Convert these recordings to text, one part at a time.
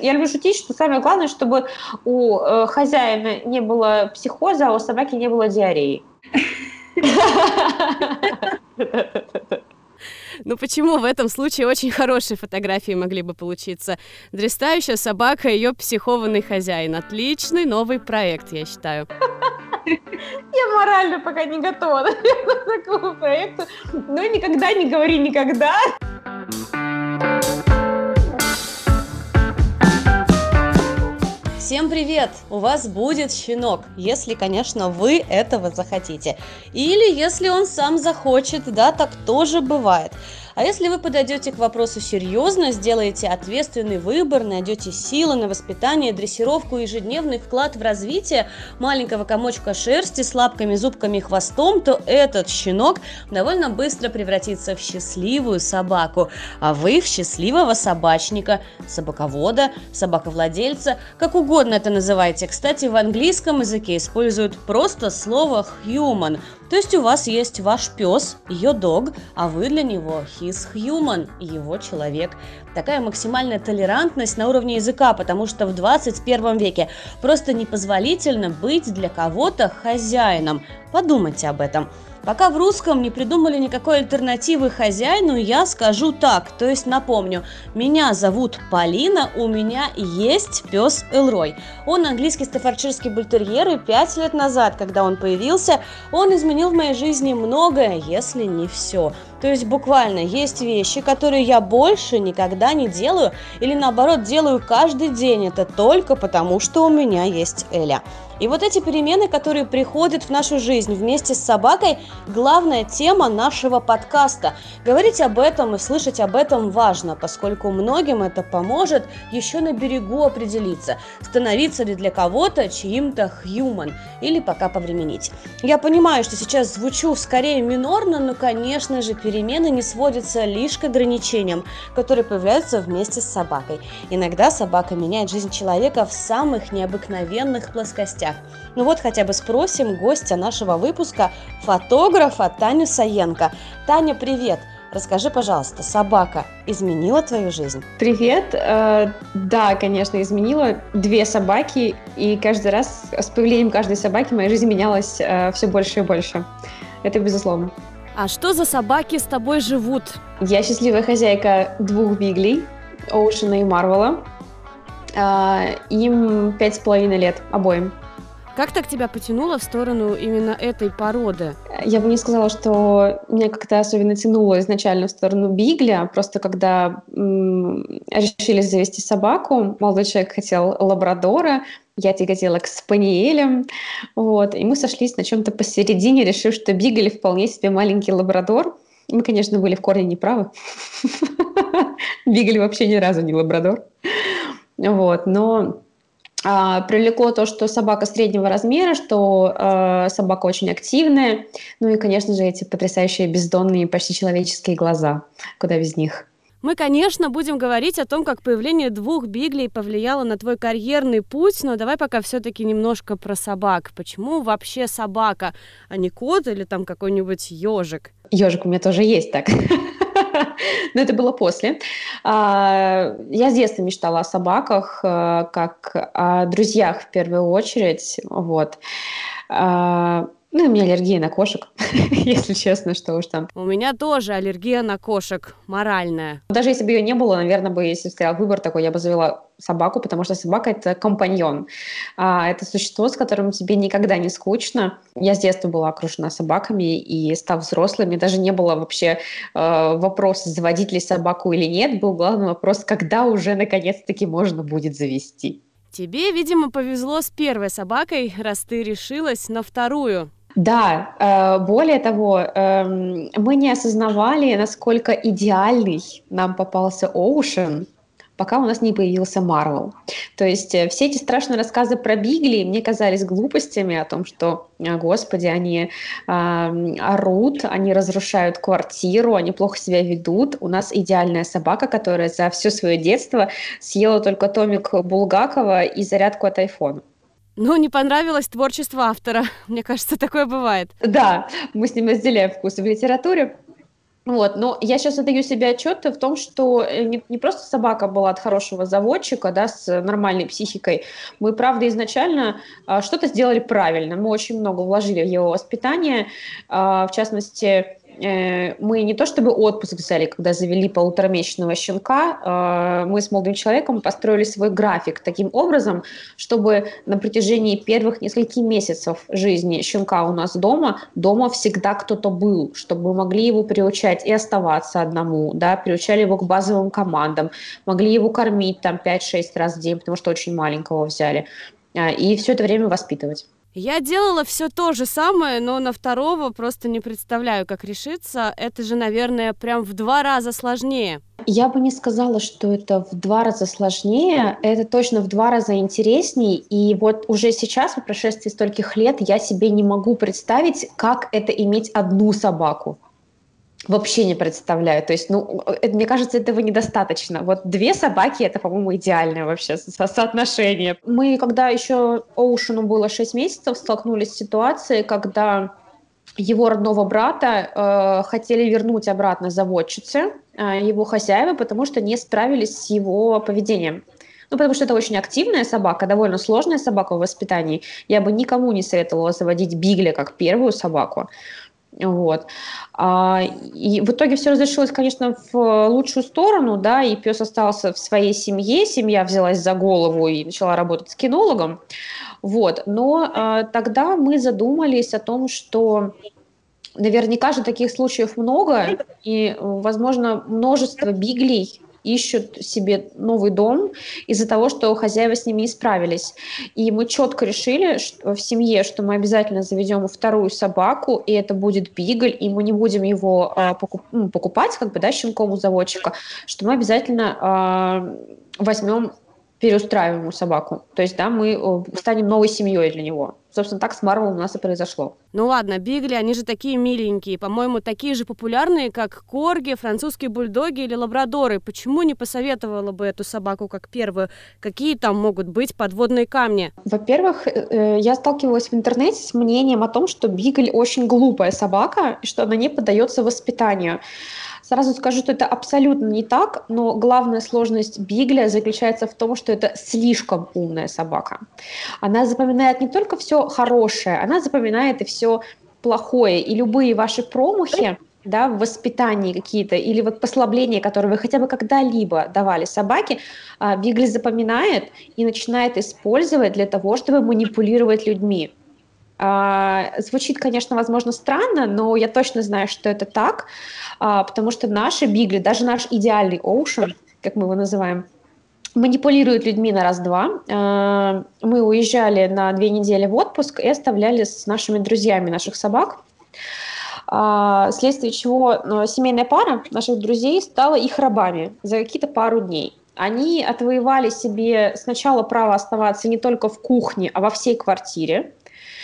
я люблю шутить, что самое главное, чтобы у хозяина не было психоза, а у собаки не было диареи. Ну почему? В этом случае очень хорошие фотографии могли бы получиться. Дрестающая собака и ее психованный хозяин. Отличный новый проект, я считаю. Я морально пока не готова, наверное, к такому проекту. Но никогда не говори никогда. Всем привет! У вас будет щенок, если, конечно, вы этого захотите. Или если он сам захочет, да, так тоже бывает. А если вы подойдете к вопросу серьезно, сделаете ответственный выбор, найдете силы на воспитание, дрессировку и ежедневный вклад в развитие маленького комочка шерсти с лапками, зубками и хвостом, то этот щенок довольно быстро превратится в счастливую собаку, а вы в счастливого собачника, собаковода, собаковладельца, как угодно это называйте. Кстати, в английском языке используют просто слово human. То есть у вас есть ваш пес, your dog, а вы для него his human, его человек. Такая максимальная толерантность на уровне языка, потому что в 21 веке просто непозволительно быть для кого-то хозяином. Подумайте об этом. Пока в русском не придумали никакой альтернативы хозяину, я скажу так, то есть напомню, меня зовут Полина, у меня есть пес Элрой. Он английский стаффордширский бультерьер, и 5 лет назад, когда он появился, он изменил в моей жизни многое, если не все. То есть буквально есть вещи, которые я больше никогда не делаю, или наоборот делаю каждый день, это только потому, что у меня есть Эля. И вот эти перемены, которые приходят в нашу жизнь вместе с собакой, главная тема нашего подкаста. Говорить об этом и слышать об этом важно, поскольку многим это поможет еще на берегу определиться, становиться ли для кого-то чьим-то human, или пока повременить. Я понимаю, что сейчас звучу скорее минорно, но, конечно же, перемены не сводятся лишь к ограничениям, которые появляются вместе с собакой. Иногда собака меняет жизнь человека в самых необыкновенных плоскостях. Ну вот хотя бы спросим гостя нашего выпуска, фотографа Таню Саенко. Таня, привет! Расскажи, пожалуйста, собака изменила твою жизнь? Привет! Да, конечно, изменила. 2 собаки, и каждый раз с появлением каждой собаки моя жизнь менялась все больше и больше. Это безусловно. А что за собаки с тобой живут? Я счастливая хозяйка 2 биглей, Оушена и Марвела. Им 5,5 лет обоим. Как так тебя потянуло в сторону именно этой породы? Я бы не сказала, что меня как-то особенно тянуло изначально в сторону бигля. Просто когда решили завести собаку, молодой человек хотел лабрадора, я тяготела к спаниелям. Вот, и мы сошлись на чем-то посередине, решив, что бигль вполне себе маленький лабрадор. Мы, конечно, были в корне неправы. Бигль вообще ни разу не лабрадор. Вот, но привлекло то, что собака среднего размера, что собака очень активная, ну и, конечно же, эти потрясающие бездонные, почти человеческие глаза. Куда без них? Мы, конечно, будем говорить о том, как появление 2 биглей повлияло на твой карьерный путь, но давай пока все-таки немножко про собак. Почему вообще собака, а не кот или там какой-нибудь ежик? Ежик у меня тоже есть, так. Но это было после. Я с детства мечтала о собаках, как о друзьях в первую очередь. Вот. Ну, у меня аллергия на кошек, если честно, что уж там. У меня тоже аллергия на кошек, моральная. Даже если бы ее не было, наверное, бы, если стоял выбор такой, я бы завела собаку, потому что собака — это компаньон. Это существо, с которым тебе никогда не скучно. Я с детства была окружена собаками, и став взрослой, мне даже не было вообще вопроса, заводить ли собаку или нет. Был главный вопрос, когда уже наконец-таки можно будет завести. Тебе, видимо, повезло с первой собакой, раз ты решилась на вторую. Да, более того, мы не осознавали, насколько идеальный нам попался Оушен, пока у нас не появился Марвел. То есть все эти страшные рассказы про бигли мне казались глупостями о том, что, господи, они орут, они разрушают квартиру, они плохо себя ведут. У нас идеальная собака, которая за все свое детство съела только томик Булгакова и зарядку от айфона. Ну, не понравилось творчество автора. Мне кажется, такое бывает. Да, мы с ним разделяем вкусы в литературе. Вот, но я сейчас отдаю себе отчет в том, что не просто собака была от хорошего заводчика, да, с нормальной психикой. Мы, правда, изначально что-то сделали правильно. Мы очень много вложили в его воспитание. В частности, мы не то чтобы отпуск взяли, когда завели полуторамесячного щенка, мы с молодым человеком построили свой график таким образом, чтобы на протяжении первых нескольких месяцев жизни щенка у нас дома всегда кто-то был, чтобы мы могли его приучать и оставаться одному, да, приучали его к базовым командам, могли его кормить там 5-6 раз в день, потому что очень маленького взяли, и все это время воспитывать. Я делала все то же самое, но на второго просто не представляю, как решиться. Это же, наверное, прям в 2 раза сложнее. Я бы не сказала, что это в 2 раза сложнее, это точно в 2 раза интересней. И вот уже сейчас, по прошествии стольких лет, я себе не могу представить, как это иметь одну собаку. Вообще не представляю. То есть, мне кажется, этого недостаточно. Вот 2 собаки — это, по-моему, идеальное вообще соотношение. Мы, когда еще Оушену было 6 месяцев, столкнулись с ситуацией, когда его родного брата хотели вернуть обратно заводчице, его хозяева, потому что не справились с его поведением. Потому что это очень активная собака, довольно сложная собака в воспитании. Я бы никому не советовала заводить бигля как первую собаку. Вот. И в итоге все разрешилось, конечно, в лучшую сторону, да, и пес остался в своей семье, семья взялась за голову и начала работать с кинологом. Вот. Но тогда мы задумались о том, что наверняка же таких случаев много, и, возможно, множество биглей ищут себе новый дом из-за того, что хозяева с ними не справились. И мы четко решили в семье, что мы обязательно заведем вторую собаку, и это будет бигль, и мы не будем его покупать, щенком у заводчика, что мы обязательно возьмем, переустраиваем ему собаку. То есть, да, мы станем новой семьей для него. Собственно, так с Марвел у нас и произошло. Ну ладно, бигли, они же такие миленькие, по-моему, такие же популярные, как корги, французские бульдоги или лабрадоры. Почему не посоветовала бы эту собаку как первую? Какие там могут быть подводные камни? Во-первых, я сталкивалась в интернете с мнением о том, что бигль очень глупая собака, и что она не поддается воспитанию. Сразу скажу, что это абсолютно не так, но главная сложность бигля заключается в том, что это слишком умная собака. Она запоминает не только все хорошее, она запоминает и все плохое, и любые ваши промахи, да, в воспитании какие-то, или вот послабления, которые вы хотя бы когда-либо давали собаке, бигль запоминает и начинает использовать для того, чтобы манипулировать людьми. Звучит, конечно, возможно, странно, но я точно знаю, что это так, потому что наши бигли, даже наш идеальный Оушен, как мы его называем, манипулирует людьми на раз-два. Мы уезжали на 2 недели в отпуск и оставляли с нашими друзьями наших собак, вследствие чего семейная пара наших друзей стала их рабами за какие-то пару дней. Они отвоевали себе сначала право оставаться не только в кухне, а во всей квартире.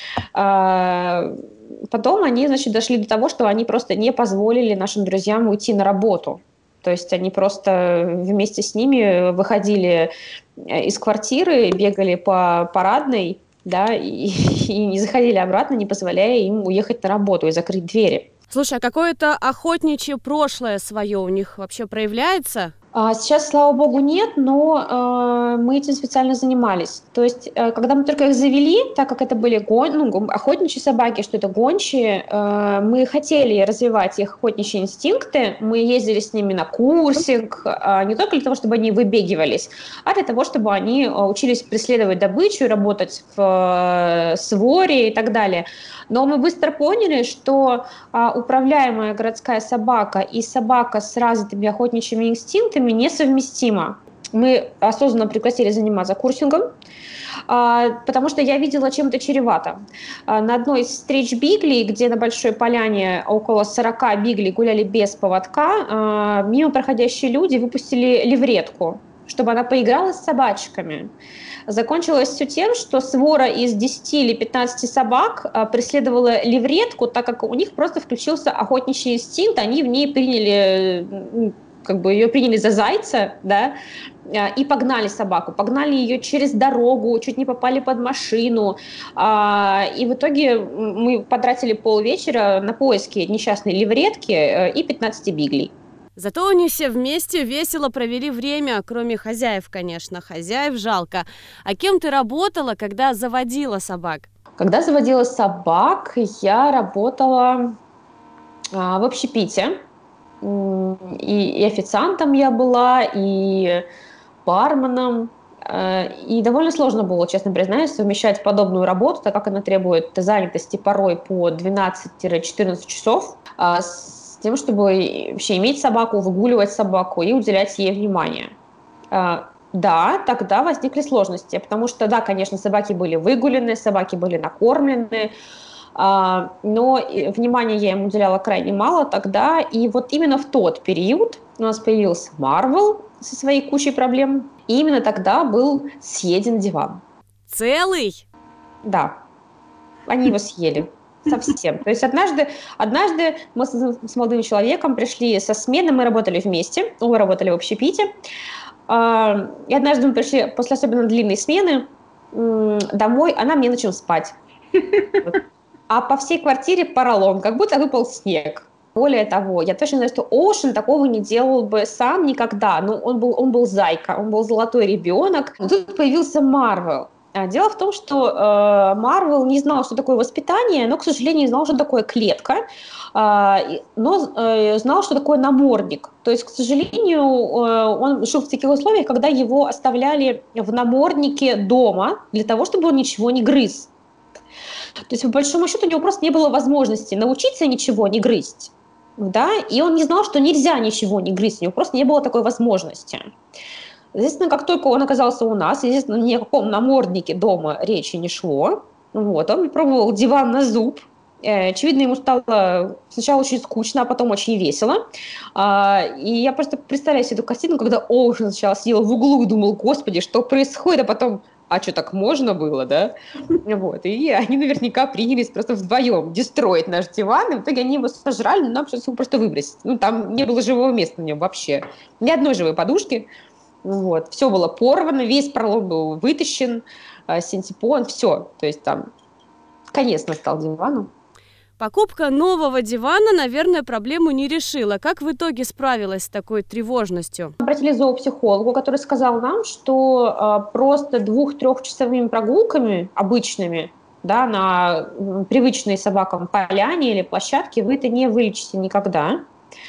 Потом они, дошли до того, что они просто не позволили нашим друзьям уйти на работу. То есть они просто вместе с ними выходили из квартиры, бегали по парадной, да, и не заходили обратно, не позволяя им уехать на работу и закрыть двери. Слушай, а какое-то охотничье прошлое свое у них вообще проявляется? Сейчас, слава богу, нет, но мы этим специально занимались. То есть, когда мы только их завели, так как это были охотничьи собаки, что это гончие, мы хотели развивать их охотничьи инстинкты. Мы ездили с ними на курсинг, не только для того, чтобы они выбегивались, а для того, чтобы они учились преследовать добычу, работать в своре и так далее. Но мы быстро поняли, что управляемая городская собака и собака с развитыми охотничьими инстинктами несовместима. Мы осознанно прекратили заниматься курсингом, потому что я видела, чем это чревато. На одной из встреч биглей, где на Большой Поляне около 40 биглей гуляли без поводка, мимо проходящие люди выпустили левретку, чтобы она поиграла с собачками. Закончилось все тем, что свора из 10 или 15 собак преследовала левретку, так как у них просто включился охотничий инстинкт, они в ней приняли как бы ее приняли за зайца, да, и погнали собаку. Погнали ее через дорогу, чуть не попали под машину. И в итоге мы потратили полвечера на поиски несчастной левретки и 15 биглей. Зато они все вместе весело провели время, кроме хозяев, конечно. Хозяев жалко. А кем ты работала, когда заводила собак? Когда заводила собак, я работала в общепите. И официантом я была, и барменом. И довольно сложно было, честно признаюсь, совмещать подобную работу, так как она требует занятости порой по 12-14 часов, с тем, чтобы вообще иметь собаку, выгуливать собаку и уделять ей внимание. Да, тогда возникли сложности, потому что, да, конечно, собаки были выгулены, собаки были накормлены, но внимания я им уделяла крайне мало тогда, и вот именно в тот период у нас появился Марвел со своей кучей проблем, и именно тогда был съеден диван. Целый? Да, они его съели. Совсем. То есть однажды мы с молодым человеком пришли со смены, мы работали вместе, оба работали в общепите, и однажды мы пришли после особенно длинной смены домой, а нам не на чем спать. А по всей квартире поролон, как будто выпал снег. Более того, я точно знаю, что Оушен такого не делал бы сам никогда. Ну, он был зайка, он был золотой ребенок. Но тут появился Марвел. Дело в том, что Марвел не знал, что такое воспитание, но, к сожалению, не знал, что такое клетка, но знал, что такое намордник. То есть, к сожалению, он жил в таких условиях, когда его оставляли в наморднике дома для того, чтобы он ничего не грыз. То есть, по большому счету, у него просто не было возможности научиться ничего не грызть. Да? И он не знал, что нельзя ничего не грызть, у него просто не было такой возможности. Естественно, как только он оказался у нас, естественно, ни о каком наморднике дома речи не шло. Вот, он пробовал диван на зуб. Очевидно, ему стало сначала очень скучно, а потом очень весело. И я просто представляю себе эту картину, когда Оушен сначала сидел в углу и думал: господи, что происходит, а потом: а что, так можно было, да? Вот. И они наверняка принялись просто вдвоем дестроить наш диван, и в итоге они его сожрали, но нам пришлось его просто выбросить. Ну, там не было живого места на нем вообще. Ни одной живой подушки. Вот. Все было порвано, весь поролон был вытащен, синтепон, все. То есть там конец настал дивану. Покупка нового дивана, наверное, проблему не решила. Как в итоге справилась с такой тревожностью? Обратились к зоопсихологу, который сказал нам, что просто 2-3-часовыми прогулками обычными, да, на привычной собакам поляне или площадке вы это не вылечите никогда.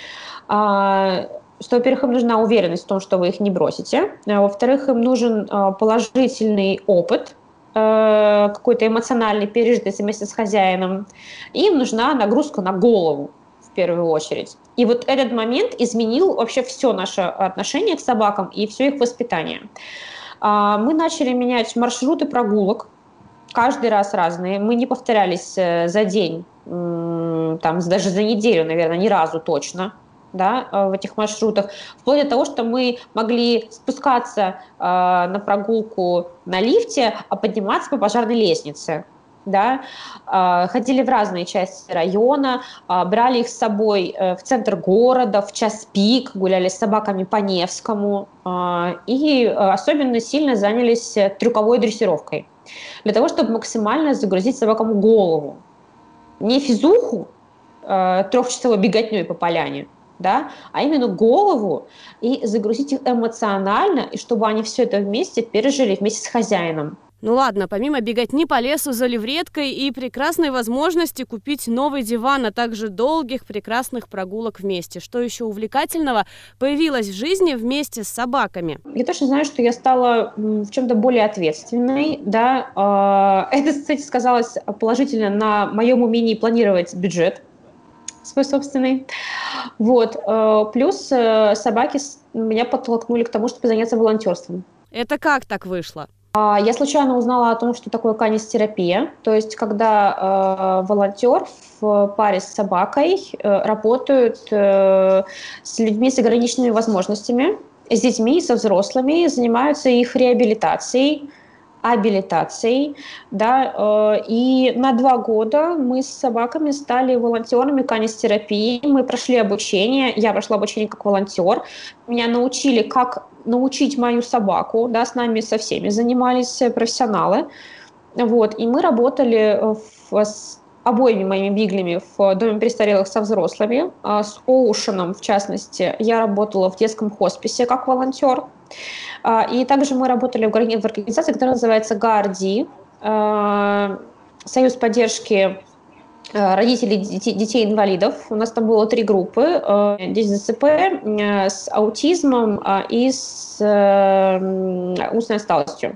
Что, во-первых, им нужна уверенность в том, что вы их не бросите. Во-вторых, им нужен положительный опыт, какой-то эмоциональный, пережитый вместе с хозяином. И им нужна нагрузка на голову, в первую очередь. И вот этот момент изменил вообще все наше отношение к собакам и все их воспитание. Мы начали менять маршруты прогулок, каждый раз разные. Мы не повторялись за день, там, даже за неделю, наверное, ни разу точно. Да, в этих маршрутах, вплоть до того, что мы могли спускаться на прогулку на лифте, а подниматься по пожарной лестнице. Да. Ходили в разные части района, брали их с собой в центр города, в час пик, гуляли с собаками по Невскому и особенно сильно занялись трюковой дрессировкой для того, чтобы максимально загрузить собакам голову. Не физуху, 3-часовой беготней по поляне, да, а именно голову, и загрузить их эмоционально, и чтобы они все это вместе пережили вместе с хозяином. Ну ладно, помимо беготни по лесу за левреткой и прекрасной возможности купить новый диван, а также долгих прекрасных прогулок вместе, что еще увлекательного появилось в жизни вместе с собаками? Я точно знаю, что я стала в чем-то более ответственной, да. Это, кстати, сказалось положительно на моем умении планировать бюджет свой собственный. Вот. Плюс собаки меня подтолкнули к тому, чтобы заняться волонтерством. Это как так вышло? Я случайно узнала о том, что такое канистерапия. То есть, когда волонтер в паре с собакой работают с людьми с ограниченными возможностями, с детьми, со взрослыми, занимаются их реабилитацией, абилитацией, да, и на 2 года мы с собаками стали волонтерами канистерапии, мы прошли обучение, я прошла обучение как волонтер, меня научили, как научить мою собаку, да, с нами со всеми занимались профессионалы, вот, и мы работали с обоими моими биглями в доме престарелых со взрослыми, с Оушеном, в частности, я работала в детском хосписе как волонтер, и также мы работали в организации, которая называется ГАРДИ, Союз поддержки родителей детей-инвалидов. У нас там было 3 группы. Дети с ДЦП, с аутизмом и с умственной отсталостью.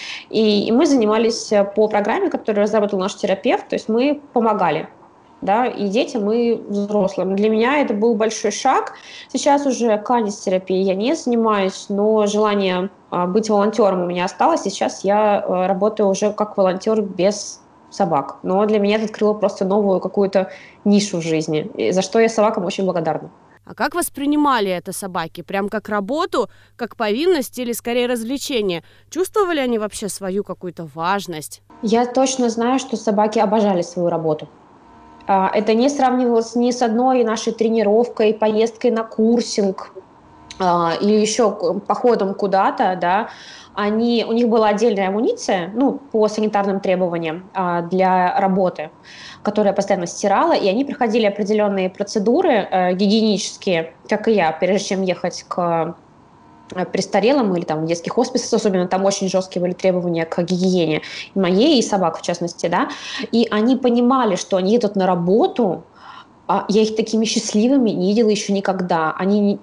И мы занимались по программе, которую разработал наш терапевт, то есть мы помогали, да, и детям, и взрослым. Для меня это был большой шаг. Сейчас уже канистерапией я не занимаюсь, но желание быть волонтером у меня осталось. Сейчас я работаю уже как волонтер без собак. Но для меня это открыло просто новую какую-то нишу в жизни, за что я собакам очень благодарна. А как воспринимали это собаки? Прям как работу, как повинность или скорее развлечение? Чувствовали они вообще свою какую-то важность? Я точно знаю, что собаки обожали свою работу. Это не сравнивалось ни с одной нашей тренировкой, поездкой на курсинг или еще походом куда-то, да. У них была отдельная амуниция, ну, по санитарным требованиям для работы, которую я постоянно стирала, и они проходили определенные процедуры гигиенические, как и я, прежде чем ехать к престарелым или там в детских хосписах, особенно там очень жесткие были требования к гигиене моей и собак в частности, да, и они понимали, что они едут на работу. Я их такими счастливыми не видела еще никогда. Они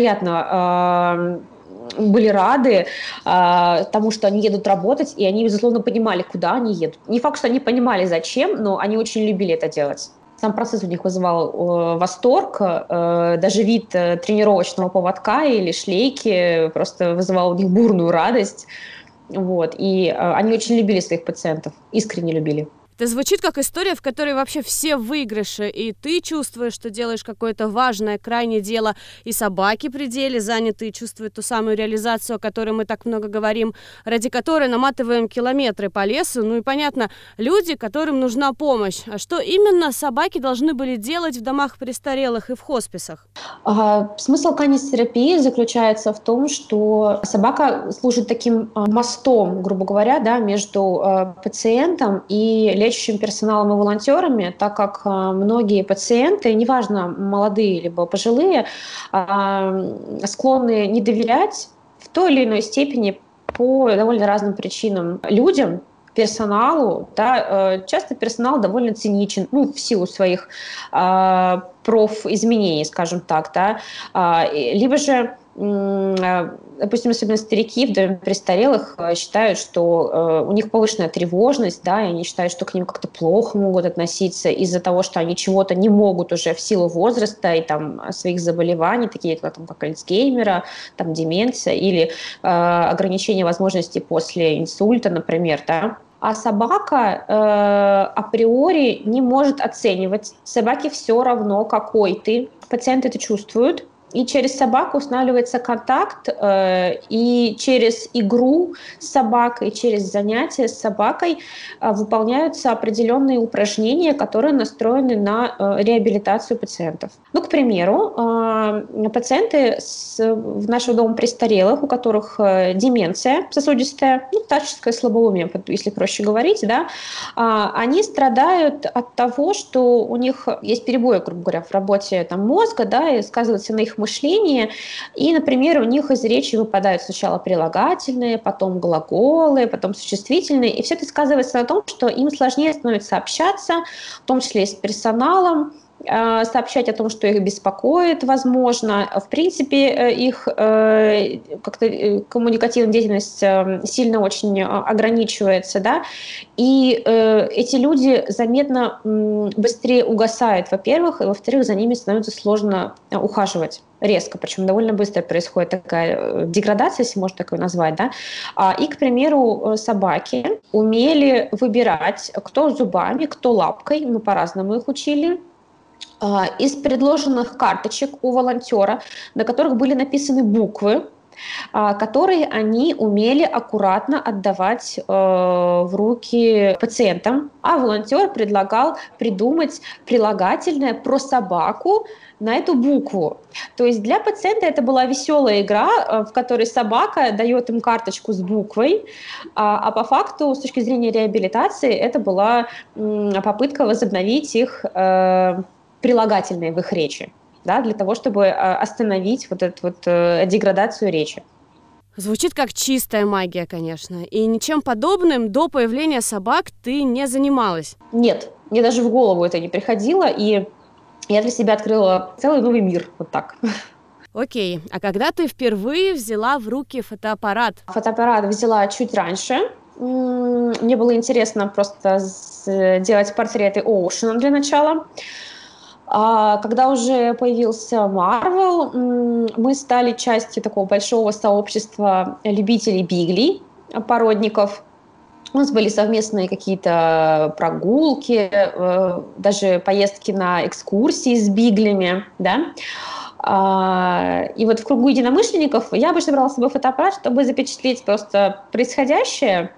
невероятно были рады тому, что они едут работать, и они, безусловно, понимали, куда они едут. Не факт, что они понимали, зачем, но они очень любили это делать. Сам процесс у них вызывал восторг, даже вид тренировочного поводка или шлейки просто вызывал у них бурную радость. Вот. И они очень любили своих пациентов, искренне любили. Это звучит как история, в которой вообще все в выигрыше, и ты чувствуешь, что делаешь какое-то важное, крайнее дело, и собаки при деле заняты, и чувствуют ту самую реализацию, о которой мы так много говорим, ради которой наматываем километры по лесу. Ну и понятно, люди, которым нужна помощь. А что именно собаки должны были делать в домах престарелых и в хосписах? Смысл канистерапии заключается в том, что собака служит таким мостом, грубо говоря, да, между пациентом и лечащим персоналом и волонтерами, так как многие пациенты, неважно, молодые либо пожилые, склонны не доверять в той или иной степени по довольно разным причинам людям, персоналу, да, часто персонал довольно циничен, ну, в силу своих профизменений, скажем так, да, либо же, допустим, особенно старики в доме престарелых считают, что у них повышенная тревожность, да, и они считают, что к ним как-то плохо могут относиться из-за того, что они чего-то не могут уже в силу возраста и там своих заболеваний, такие там, как Альцгеймера, там, деменция или ограничение возможностей после инсульта, например, да. А собака априори не может оценивать. Собаке все равно, какой ты. Пациенты это чувствуют. И через собаку устанавливается контакт, и через игру с собакой, через занятия с собакой выполняются определенные упражнения, которые настроены на реабилитацию пациентов. Ну, к примеру, пациенты в нашего дома престарелых, у которых деменция сосудистая, ну, старческое слабоумие, если проще говорить, да, они страдают от того, что у них есть перебои, грубо говоря, в работе там, мозга, да, и сказывается на их мышление, и, например, у них из речи выпадают сначала прилагательные, потом глаголы, потом существительные, и все это сказывается на том, что им сложнее становится общаться, в том числе и с персоналом, сообщать о том, что их беспокоит, возможно. В принципе, их как-то коммуникативная деятельность сильно очень ограничивается, да, и эти люди заметно быстрее угасают, во-первых, и во-вторых, за ними становится сложно ухаживать. Резко, причем довольно быстро происходит такая деградация, если можно такое назвать, да. И, к примеру, собаки умели выбирать, кто зубами, кто лапкой, мы по-разному их учили, из предложенных карточек у волонтера, на которых были написаны буквы, который они умели аккуратно отдавать в руки пациентам, а волонтер предлагал придумать прилагательное про собаку на эту букву. То есть для пациента это была веселая игра, в которой собака дает им карточку с буквой, а по факту, с точки зрения реабилитации, это была попытка возобновить их прилагательные в их речи, да, для того, чтобы остановить вот эту вот деградацию речи. Звучит как чистая магия, конечно. И ничем подобным до появления собак ты не занималась? Нет, мне даже в голову это не приходило, и я для себя открыла целый новый мир, вот так. Окей, а когда ты впервые взяла в руки фотоаппарат? Фотоаппарат взяла чуть раньше. Мне было интересно просто делать портреты Оушена для начала. А когда уже появился Marvel, мы стали частью такого большого сообщества любителей биглей, породников. У нас были совместные какие-то прогулки, даже поездки на экскурсии с биглями, да. И вот в кругу единомышленников я обычно брала с собой фотоаппарат, чтобы запечатлеть просто происходящее.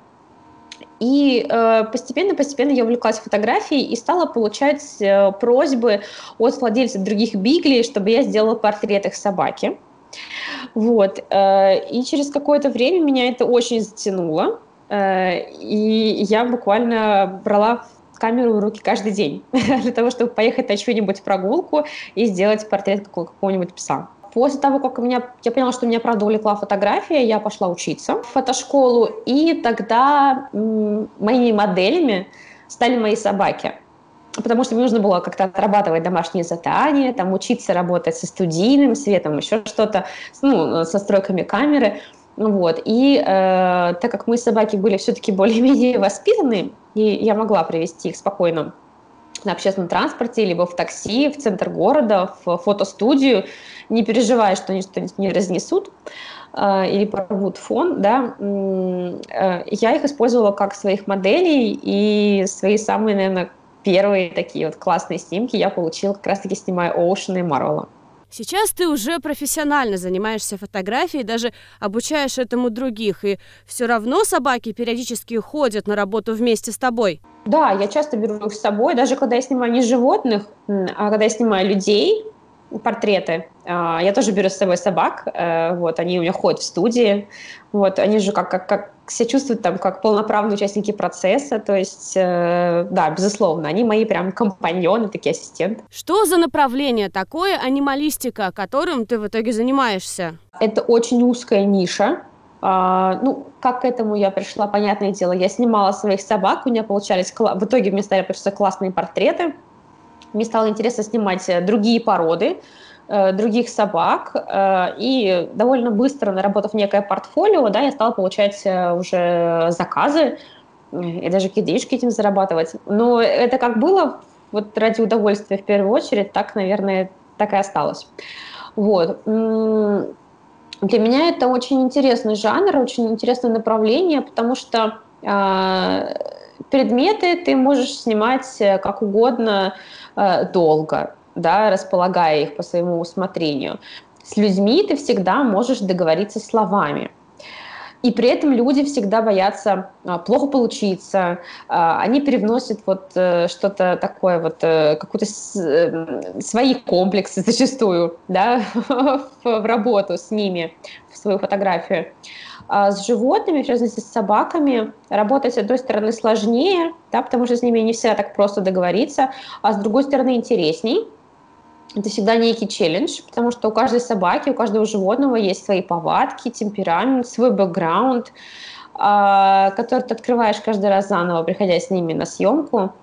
И постепенно я увлеклась фотографией и стала получать просьбы от владельцев других биглей, чтобы я сделала портрет их собаки. Вот. И через какое-то время меня это очень затянуло. И я буквально брала камеру в руки каждый день для того, чтобы поехать на чью-нибудь прогулку и сделать портрет какого-нибудь пса. После того, как я поняла, что меня правда увлекла фотография, я пошла учиться в фотошколу, и тогда моими моделями стали мои собаки. Потому что мне нужно было как-то отрабатывать домашние задания, там, учиться работать со студийным светом, еще что-то, ну, со настройками камеры. Вот. И так как мои собаки были все-таки более-менее воспитаны, и я могла привести их спокойно на общественном транспорте, либо в такси, в центр города, в фотостудию, не переживая, что они что-нибудь не разнесут или порвут фон, да, я их использовала как своих моделей, и свои самые, наверное, первые такие вот классные снимки я получила как раз-таки снимая Оушена и Марвела. Сейчас ты уже профессионально занимаешься фотографией, даже обучаешь этому других, и все равно собаки периодически ходят на работу вместе с тобой. Да, я часто беру их с собой, даже когда я снимаю не животных, а когда я снимаю людей, портреты, я тоже беру с собой собак, вот, они у меня ходят в студии, вот, они же как себя чувствуют там как полноправные участники процесса, то есть, да, безусловно, они мои прям компаньоны, такие ассистенты. Что за направление такое анималистика, которым ты в итоге занимаешься? Это очень узкая ниша. Ну, как к этому я пришла, понятное дело, я снимала своих собак, у меня получались, в итоге мне стали просто классные портреты, мне стало интересно снимать другие породы, других собак, и довольно быстро, наработав некое портфолио, да, я стала получать уже заказы и даже какие-то этим зарабатывать. Но это как было вот ради удовольствия в первую очередь, так, наверное, так и осталось. Вот. Для меня это очень интересный жанр, очень интересное направление, потому что предметы ты можешь снимать как угодно долго, да, располагая их по своему усмотрению. С людьми ты всегда можешь договориться словами. И при этом люди всегда боятся плохо получиться, они привносят вот что-то такое, вот какие-то свои комплексы зачастую, да, в работу с ними, в свою фотографию. А с животными, в частности с собаками, работать, с одной стороны, сложнее, да, потому что с ними не всегда так просто договориться, а с другой стороны, интересней. Это всегда некий челлендж, потому что у каждой собаки, у каждого животного есть свои повадки, темперамент, свой бэкграунд, который ты открываешь каждый раз заново, приходя с ними на съемку.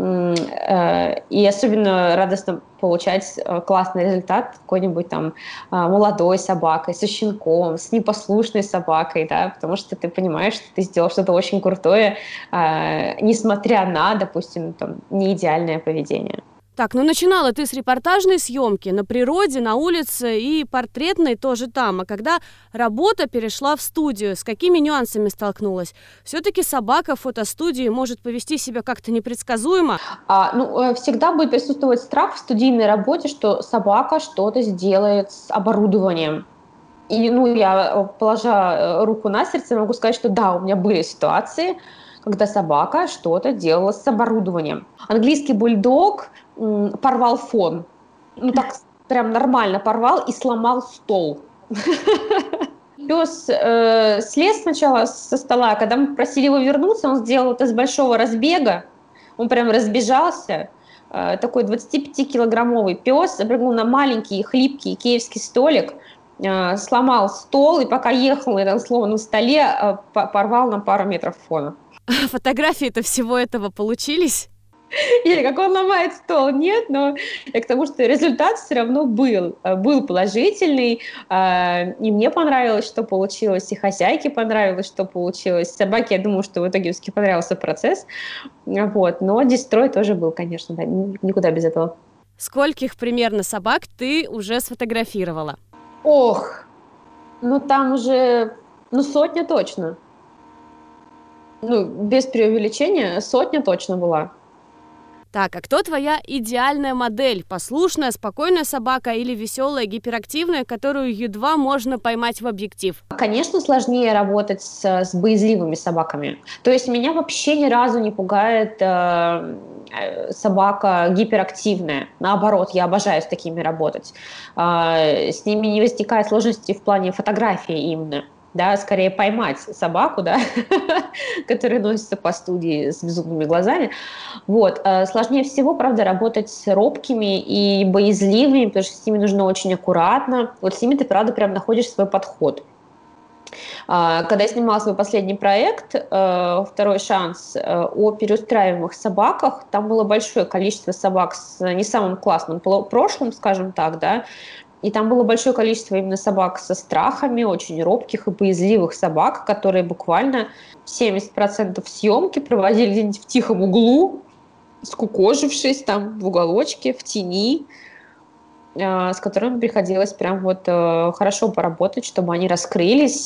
И особенно радостно получать классный результат какой-нибудь там молодой собакой, со щенком, с непослушной собакой, да, потому что ты понимаешь, что ты сделал что-то очень крутое, несмотря на, допустим, там, неидеальное поведение. Так, ну начинала ты с репортажной съемки на природе, на улице, и портретной тоже там. А когда работа перешла в студию, с какими нюансами столкнулась? Все-таки собака в фотостудии может повести себя как-то непредсказуемо. Всегда будет присутствовать страх в студийной работе, что собака что-то сделает с оборудованием. И, ну, я, положа руку на сердце, могу сказать, что да, у меня были ситуации, когда собака что-то делала с оборудованием. Английский бульдог порвал фон. Ну, так прям нормально порвал и сломал стол. Пес слез сначала со стола, а когда мы просили его вернуться, он сделал это с большого разбега. Он прям разбежался. Такой 25-килограммовый пес запрыгнул на маленький хлипкий киевский столик, сломал стол, и пока ехал на этом сломанном столе, порвал на пару метров фона. Фотографии-то всего этого получились? Или как он ломает стол, нет, но к тому, что результат все равно был положительный, и мне понравилось, что получилось, и хозяйке понравилось, что получилось, собаке, я думаю, что в итоге все понравился процесс, вот, но дестрой тоже был, конечно, да, никуда без этого. Скольких примерно собак ты уже сфотографировала? Ох, ну там уже, сотня точно, без преувеличения, сотня точно была. Так, а кто твоя идеальная модель? Послушная, спокойная собака или веселая, гиперактивная, которую едва можно поймать в объектив? Конечно, сложнее работать с боязливыми собаками. То есть меня вообще ни разу не пугает собака гиперактивная. Наоборот, я обожаю с такими работать. С ними не возникает сложностей в плане фотографии именно. Да, скорее поймать собаку, да, которая носится по студии с безумными глазами. Вот. Сложнее всего, правда, работать с робкими и боязливыми, потому что с ними нужно очень аккуратно. Вот с ними ты, правда, прям находишь свой подход. Когда я снимала свой последний проект «Второй шанс» о переустраиваемых собаках, там было большое количество собак с не самым классным прошлым, скажем так, да, и там было большое количество именно собак со страхами, очень робких и боязливых собак, которые буквально 70% съемки проводили где-нибудь в тихом углу, скукожившись там в уголочке, в тени, с которыми приходилось прям вот хорошо поработать, чтобы они раскрылись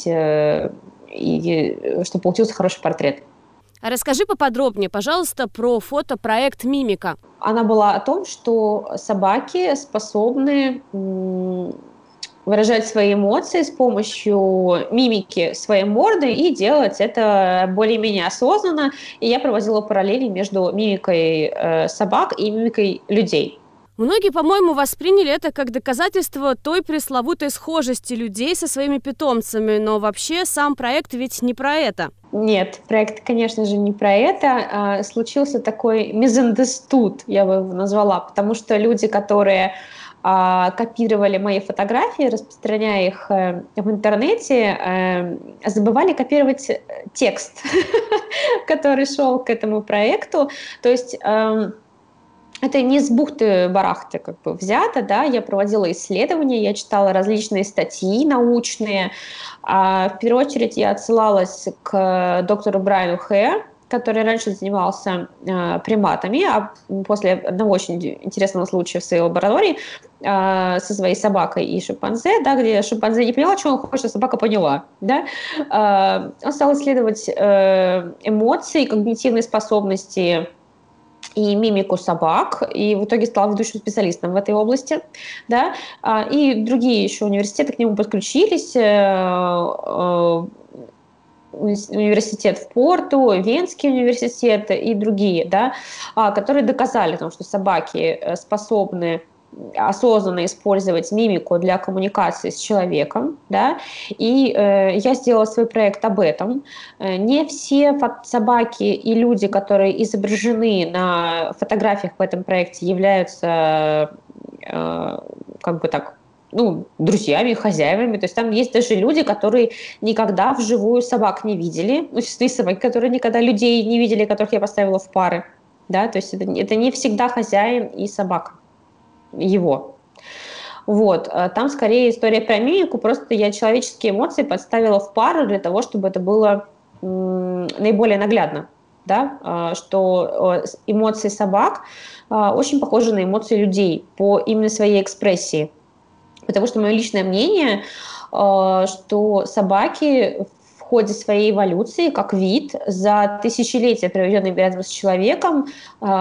и чтобы получился хороший портрет. А расскажи поподробнее, пожалуйста, про фотопроект «Мимика». Она была о том, что собаки способны выражать свои эмоции с помощью мимики своей морды и делать это более-менее осознанно. И я проводила параллели между мимикой собак и мимикой людей. Многие, по-моему, восприняли это как доказательство той пресловутой схожести людей со своими питомцами, но вообще сам проект ведь не про это. Нет, проект, конечно же, не про это. Случился такой мизандестут, я бы его назвала, потому что люди, которые копировали мои фотографии, распространяя их в интернете, забывали копировать текст, который шел к этому проекту. То есть это не с бухты-барахты как бы взято, да, я проводила исследования, я читала различные статьи научные. В первую очередь я отсылалась к доктору Брайану Хэ, который раньше занимался приматами, а после одного очень интересного случая в своей лаборатории со своей собакой и шимпанзе, да, где шимпанзе не поняла, что он хочет, а собака поняла. Да? Он стал исследовать эмоции, когнитивные способности и мимику собак, и в итоге стал ведущим специалистом в этой области, да, и другие еще университеты к нему подключились, университет в Порту, Венский университет и другие, да, которые доказали, что собаки способны осознанно использовать мимику для коммуникации с человеком, да, и я сделала свой проект об этом. Не все собаки и люди, которые изображены на фотографиях в этом проекте, являются как бы так, друзьями, хозяевами. То есть там есть даже люди, которые никогда вживую собак не видели. Есть собаки, которые никогда людей не видели, которых я поставила в пары. Да? То есть это не всегда хозяин и собака его. Вот. Там скорее история про мимику, просто я человеческие эмоции подставила в пару для того, чтобы это было наиболее наглядно. Да? Что эмоции собак очень похожи на эмоции людей по именно своей экспрессии. Потому что мое личное мнение, что собаки в ходе своей эволюции, как вид, за тысячелетия, проведенные рядом с человеком,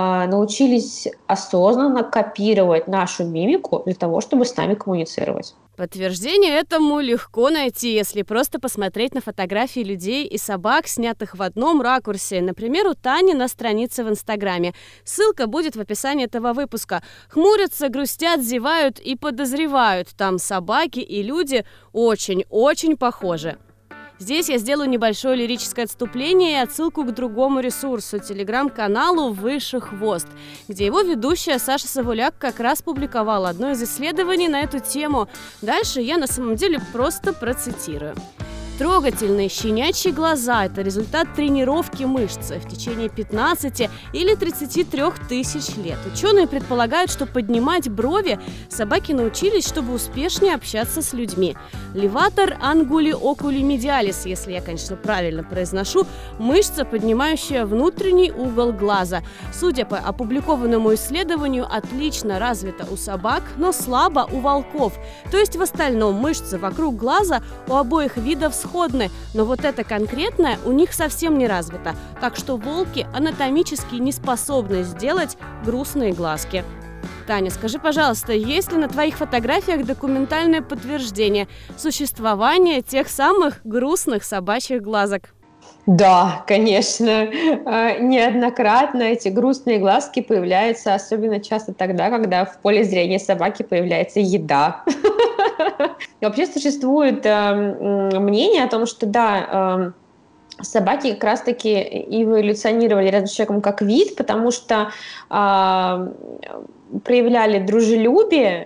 научились осознанно копировать нашу мимику для того, чтобы с нами коммуницировать. Подтверждение этому легко найти, если просто посмотреть на фотографии людей и собак, снятых в одном ракурсе. Например, у Тани на странице в Инстаграме. Ссылка будет в описании этого выпуска. Хмурятся, грустят, зевают и подозревают. Там собаки и люди очень-очень похожи. Здесь я сделаю небольшое лирическое отступление и отсылку к другому ресурсу – телеграм-каналу «Выше хвост», где его ведущая Саша Савуляк как раз публиковала одно из исследований на эту тему. Дальше я на самом деле просто процитирую. Трогательные щенячьи глаза – это результат тренировки мышц в течение 15 или 33 тысяч лет. Ученые предполагают, что поднимать брови собаки научились, чтобы успешнее общаться с людьми. Levator anguli oculi medialis, если я, конечно, правильно произношу, мышца, поднимающая внутренний угол глаза. Судя по опубликованному исследованию, отлично развита у собак, но слабо у волков. То есть в остальном мышцы вокруг глаза у обоих видов сходны, но вот это конкретное у них совсем не развито. Так что волки анатомически не способны сделать грустные глазки. Таня, скажи, пожалуйста, есть ли на твоих фотографиях документальное подтверждение существования тех самых грустных собачьих глазок? Да, конечно. Неоднократно эти грустные глазки появляются, особенно часто тогда, когда в поле зрения собаки появляется еда. И вообще существует мнение о том, что да, собаки как раз-таки эволюционировали рядом с человеком как вид, потому что проявляли дружелюбие,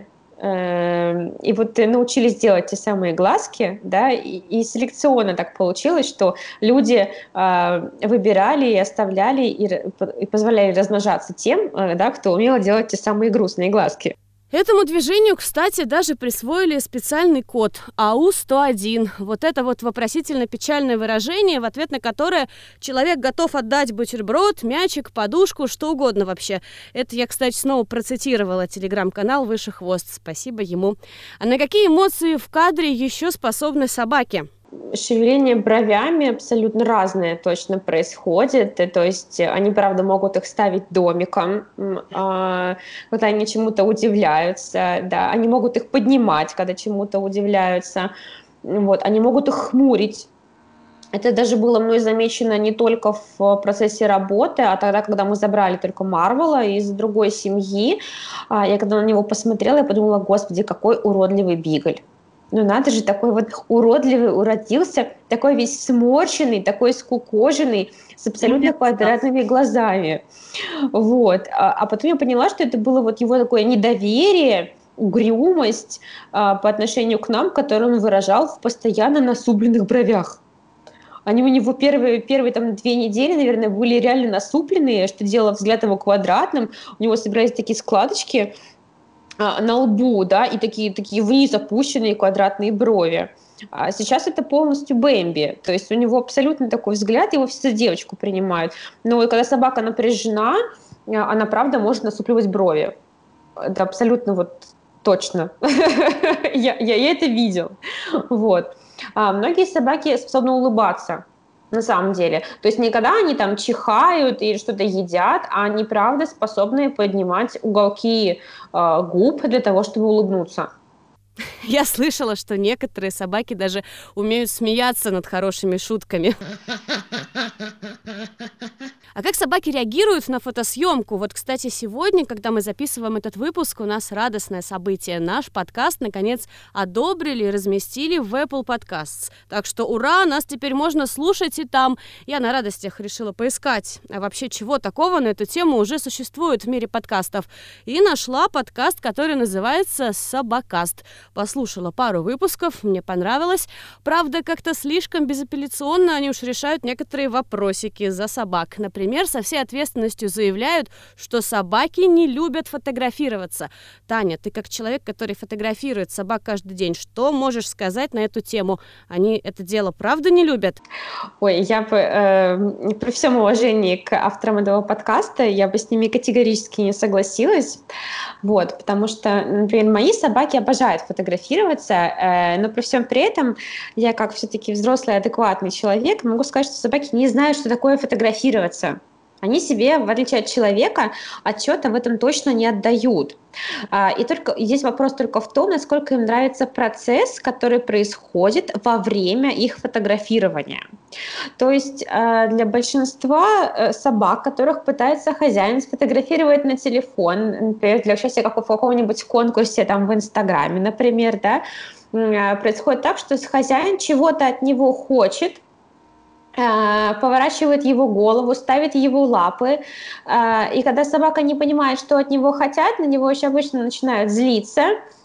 и вот научились делать те самые глазки, да, и селекционно так получилось, что люди выбирали и оставляли и позволяли размножаться тем, да, кто умел делать те самые грустные глазки. Этому движению, кстати, даже присвоили специальный код АУ-101. Вот это вот вопросительно-печальное выражение, в ответ на которое человек готов отдать бутерброд, мячик, подушку, что угодно вообще. Это я, кстати, снова процитировала телеграм-канал «Выше хвост». Спасибо ему. А на какие эмоции в кадре еще способны собаки? Шевеление бровями абсолютно разное точно происходит, то есть они, правда, могут их ставить домиком, когда они чему-то удивляются, да, они могут их поднимать, когда чему-то удивляются, вот, они могут их хмурить. Это даже было мной замечено не только в процессе работы, а тогда, когда мы забрали только Марвела из другой семьи, я когда на него посмотрела, я подумала, господи, какой уродливый бигль. Ну надо же, такой вот уродливый уродился, такой весь сморщенный, такой скукоженный, с абсолютно квадратными глазами. Вот. А потом я поняла, что это было вот его такое недоверие, угрюмость по отношению к нам, которую он выражал в постоянно насупленных бровях. Они у него первые там 2 недели, наверное, были реально насупленные, что делало взгляд его квадратным. У него собирались такие складочки на лбу, да, и такие вниз опущенные квадратные брови. А сейчас это полностью Бэмби, то есть у него абсолютно такой взгляд, его все за девочку принимают. Но когда собака напряжена, она правда может насупливать брови. Это абсолютно вот точно. Я это видел. Вот. Многие собаки способны улыбаться. На самом деле. То есть не когда они там чихают или что-то едят, а они, правда, способны поднимать уголки губ для того, чтобы улыбнуться. Я слышала, что некоторые собаки даже умеют смеяться над хорошими шутками. А как собаки реагируют на фотосъемку? Вот, кстати, сегодня, когда мы записываем этот выпуск, у нас радостное событие. Наш подкаст, наконец, одобрили и разместили в Apple Podcasts. Так что ура, нас теперь можно слушать и там. Я на радостях решила поискать, а вообще чего такого на эту тему уже существует в мире подкастов. И нашла подкаст, который называется «Собакаст». Послушала пару выпусков, мне понравилось. Правда, как-то слишком безапелляционно они уж решают некоторые вопросики за собак. Например, со всей ответственностью заявляют, что собаки не любят фотографироваться. Таня, ты как человек, который фотографирует собак каждый день, что можешь сказать на эту тему? Они это дело правда не любят? Ой, я бы, при всем уважении к авторам этого подкаста, я бы с ними категорически не согласилась. Вот, потому что, например, мои собаки обожают фотографироваться, но при всем при этом я, как все-таки взрослый, адекватный человек, могу сказать, что собаки не знают, что такое фотографироваться. Они себе, в отличие от человека, отчета в этом точно не отдают. И только здесь вопрос только в том, насколько им нравится процесс, который происходит во время их фотографирования. То есть для большинства собак, которых пытается хозяин сфотографировать на телефон, например, для участия в каком-нибудь конкурсе там, в Инстаграме, например, да, происходит так, что хозяин чего-то от него хочет, поворачивает его голову, ставит его лапы, и когда собака не понимает, что от него хотят, на него еще обычно начинают злиться,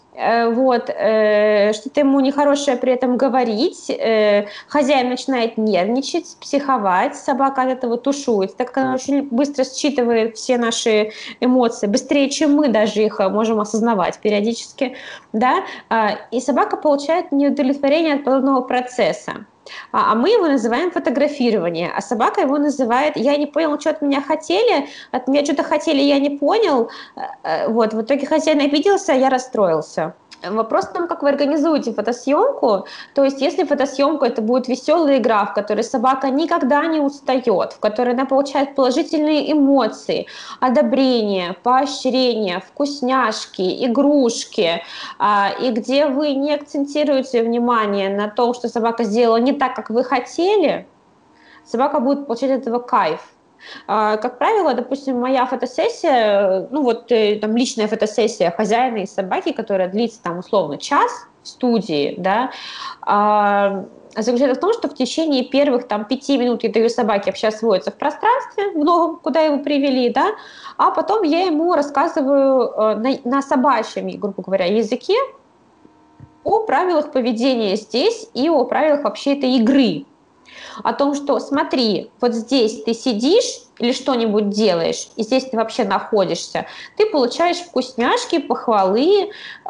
что-то ему нехорошее при этом говорить, хозяин начинает нервничать, психовать, собака от этого тушуется, так как она очень быстро считывает все наши эмоции, быстрее, чем мы даже их можем осознавать периодически, да, и собака получает неудовлетворение от подобного процесса. А мы его называем фотографирование, а собака его называет «я не понял, что от меня хотели, от меня что-то хотели, я не понял». В итоге хозяин обиделся, а я расстроился. Вопрос в том, как вы организуете фотосъемку. То есть, если фотосъемка это будет веселая игра, в которой собака никогда не устает, в которой она получает положительные эмоции, одобрение, поощрение, вкусняшки, игрушки, и где вы не акцентируете внимание на том, что собака сделала не так, как вы хотели, собака будет получать от этого кайф. Как правило, допустим, моя фотосессия, там личная фотосессия хозяина и собаки, которая длится там условно час в студии, да, заключается в том, что в течение первых там 5 минут я даю собаке вообще освоиться в пространстве, в новом, куда его привели, да, а потом я ему рассказываю на собачьем, грубо говоря, языке о правилах поведения здесь и о правилах вообще этой игры. О том, что смотри, вот здесь ты сидишь или что-нибудь делаешь, и здесь ты вообще находишься, ты получаешь вкусняшки, похвалы,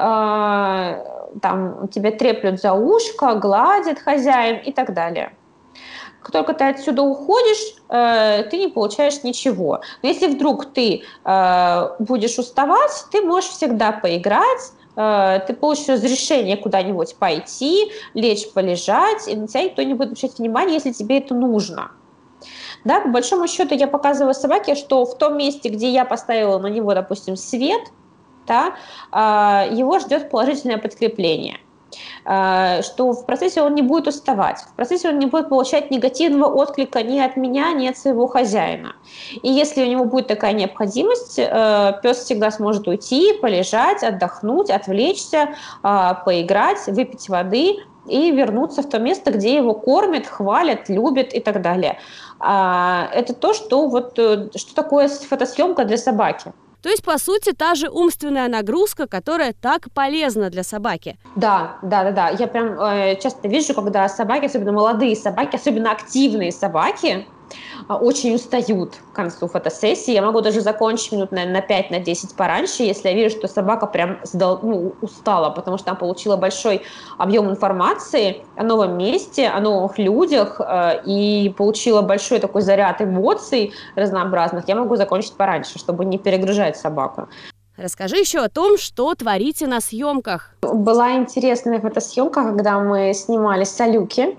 там тебя треплют за ушко, гладит хозяин и так далее. Как только ты отсюда уходишь, ты не получаешь ничего. Но если вдруг ты будешь уставать, ты можешь всегда поиграть, ты получишь разрешение куда-нибудь пойти, лечь, полежать, и на тебя никто не будет обращать внимания, если тебе это нужно. Да, по большому счету я показываю собаке, что в том месте, где я поставила на него, допустим, свет, да, его ждет положительное подкрепление. Что в процессе он не будет уставать, в процессе он не будет получать негативного отклика ни от меня, ни от своего хозяина. И если у него будет такая необходимость, пес всегда сможет уйти, полежать, отдохнуть, отвлечься, поиграть, выпить воды и вернуться в то место, где его кормят, хвалят, любят и так далее. Это то, что такое фотосъемка для собаки. То есть, по сути, та же умственная нагрузка, которая так полезна для собаки. Да. Я прям часто вижу, когда собаки, особенно молодые собаки, особенно активные собаки, очень устают к концу фотосессии. Я могу даже закончить минут, наверное, на 5-10 пораньше, если я вижу, что собака прям устала, потому что она получила большой объем информации о новом месте, о новых людях и получила большой такой заряд эмоций разнообразных. Я могу закончить пораньше, чтобы не перегружать собаку. Расскажи еще о том, что творите на съемках. Была интересная фотосъемка, когда мы снимали салюки.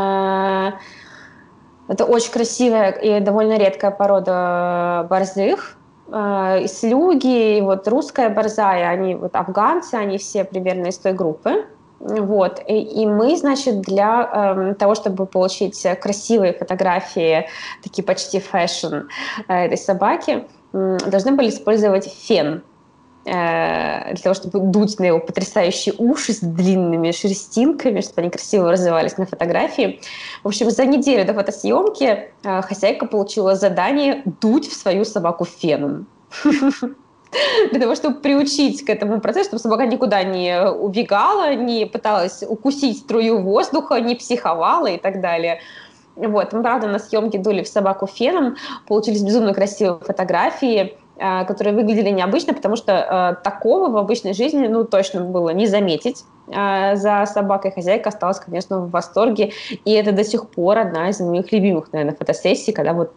Это очень красивая и довольно редкая порода борзых. И слюги, и русская борзая, они афганцы, они все примерно из той группы. И мы, значит, для того, чтобы получить красивые фотографии, такие почти фэшн этой собаки, должны были использовать фен для того, чтобы дуть на его потрясающие уши с длинными шерстинками, чтобы они красиво развивались на фотографии. В общем, за неделю до фотосъемки хозяйка получила задание дуть в свою собаку феном. Для того, чтобы приучить к этому процессу, чтобы собака никуда не убегала, не пыталась укусить струю воздуха, не психовала и так далее. Мы, правда, на съемке дули в собаку феном, получились безумно красивые фотографии, которые выглядели необычно, потому что такого в обычной жизни, точно было не заметить за собакой. Хозяйка осталась, конечно, в восторге, и это до сих пор одна из моих любимых, наверное, фотосессий, когда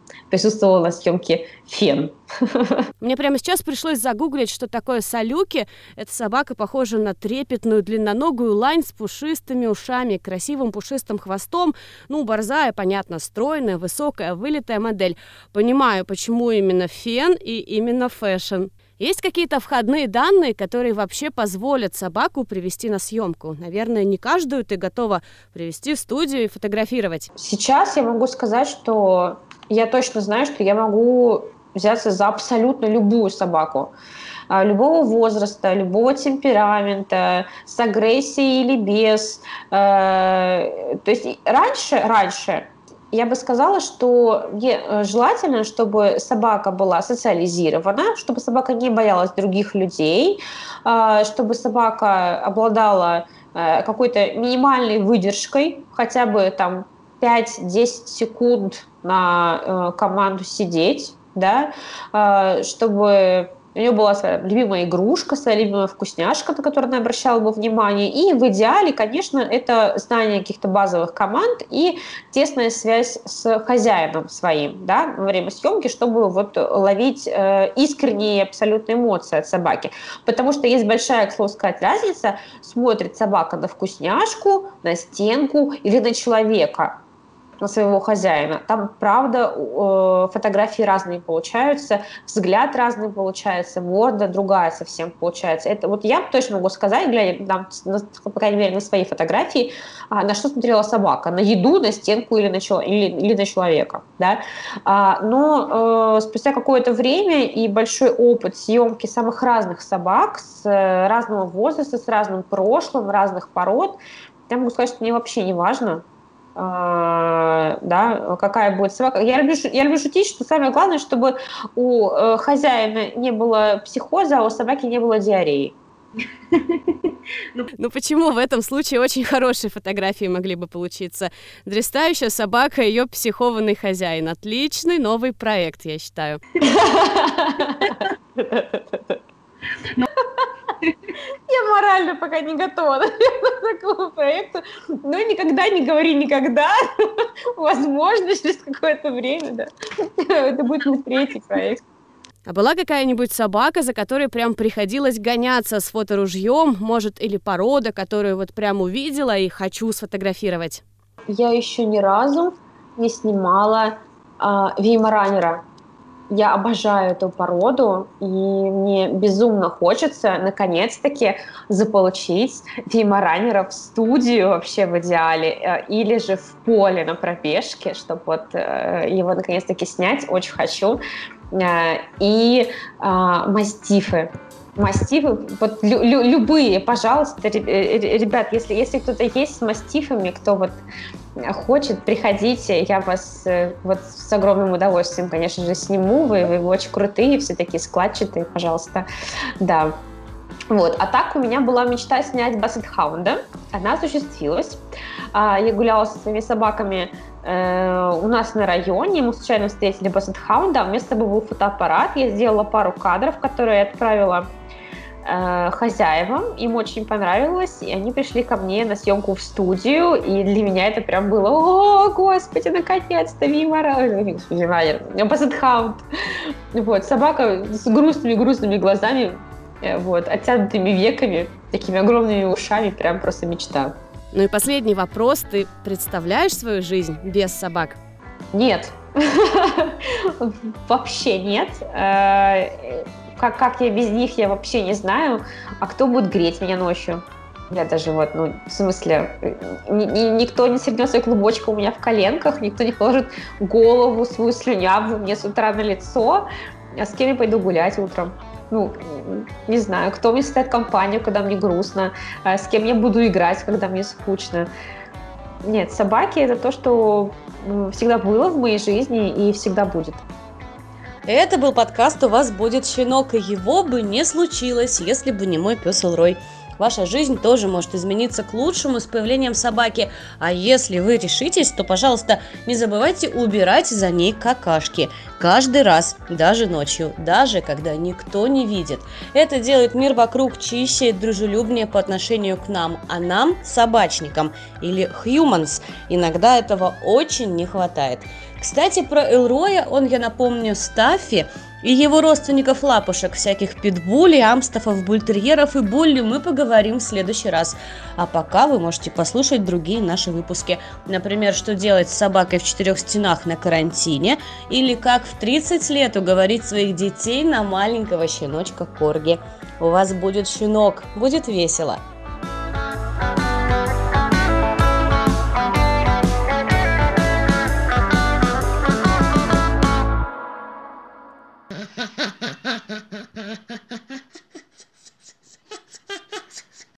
присутствовал на съемке Фен. Мне прямо сейчас пришлось загуглить, что такое салюки. Это собака, похожая на трепетную длинноногую лань с пушистыми ушами, красивым пушистым хвостом. Ну, борзая, понятно, стройная, высокая, вылитая модель. Понимаю, почему именно Фен и именно фэшн. Есть какие-то входные данные, которые вообще позволят собаку привести на съемку? Наверное, не каждую ты готова привести в студию и фотографировать. Сейчас я могу сказать, что я точно знаю, что я могу взяться за абсолютно любую собаку. Любого возраста, любого темперамента, с агрессией или без. То есть раньше я бы сказала, что желательно, чтобы собака была социализирована, чтобы собака не боялась других людей, чтобы собака обладала какой-то минимальной выдержкой, хотя бы там 5-10 секунд на команду сидеть, да, чтобы у нее была своя любимая игрушка, своя любимая вкусняшка, на которую она обращала бы внимание. И в идеале, конечно, это знание каких-то базовых команд и тесная связь с хозяином своим, да, во время съемки, чтобы вот ловить искренние абсолютные эмоции от собаки. Потому что есть большая, к слову сказать, разница, смотрит собака на вкусняшку, на стенку или на человека, на своего хозяина. Там, правда, фотографии разные получаются, взгляд разный получается, морда другая совсем получается. Это вот я точно могу сказать, глядя, по крайней мере, на свои фотографии, на что смотрела собака. На еду, на стенку или на человека. Да? Но спустя какое-то время и большой опыт съемки самых разных собак с разного возраста, с разным прошлым, разных пород, я могу сказать, что мне вообще не важно, да, какая будет собака. Я люблю шутить, что самое главное, чтобы у хозяина не было психоза, а у собаки не было диареи. Ну почему в этом случае очень хорошие фотографии могли бы получиться? Дрестающая собака и ее психованный хозяин. Отличный новый проект, я считаю. Я морально пока не готова к такому проекту, но никогда не говори никогда. Возможно, через какое-то время, да. Это будет мой третий проект. А была какая-нибудь собака, за которой прям приходилось гоняться с фоторужьем, может, или порода, которую вот прям увидела и хочу сфотографировать? Я еще ни разу не снимала веймаранера. Я обожаю эту породу, и мне безумно хочется наконец-таки заполучить веймаранера в студию вообще в идеале, или же в поле на пробежке, чтобы вот его наконец-таки снять, очень хочу. И мастифы. Мастифы, вот любые, пожалуйста, ребят, если кто-то есть с мастифами, кто вот хочет, приходите, я вас вот с огромным удовольствием, конечно же, сниму, вы очень крутые, все такие складчатые, пожалуйста, да. Вот. А так у меня была мечта снять бассет-хаунда, она осуществилась. Я гуляла со своими собаками у нас на районе, мы случайно встретили бассет-хаунда, у меня с собой был фотоаппарат, я сделала пару кадров, которые я отправила хозяевам, им очень понравилось, и они пришли ко мне на съемку в студию, и для меня это прям было: о, господи, наконец-то, бассет-хаунд. Вот, собака с грустными глазами, вот, оттянутыми веками, такими огромными ушами, прям просто мечта. Ну и последний вопрос. Ты представляешь свою жизнь без собак? Нет. Вообще нет. Как я без них, я вообще не знаю. А кто будет греть меня ночью? Я даже вот, в смысле, никто не свернется клубочком у меня в коленках, никто не положит голову свою слюнявую мне с утра на лицо. А с кем я пойду гулять утром? Не знаю, кто мне составит компанию, когда мне грустно, с кем я буду играть, когда мне скучно. Нет, собаки — это то, что всегда было в моей жизни и всегда будет. Это был подкаст «У вас будет щенок», и его бы не случилось, если бы не мой пес Элрой. Ваша жизнь тоже может измениться к лучшему с появлением собаки. А если вы решитесь, то, пожалуйста, не забывайте убирать за ней какашки. Каждый раз, даже ночью, даже когда никто не видит. Это делает мир вокруг чище и дружелюбнее по отношению к нам. А нам, собачникам, или humans, иногда этого очень не хватает. Кстати, про Элроя, я напомню, Стаффи и его родственников лапушек, всяких питбулей, амстафов, бультерьеров и булли мы поговорим в следующий раз. А пока вы можете послушать другие наши выпуски. Например, что делать с собакой в 4 стенах на карантине, или как в 30 лет уговорить своих детей на маленького щеночка Корги. У вас будет щенок, будет весело.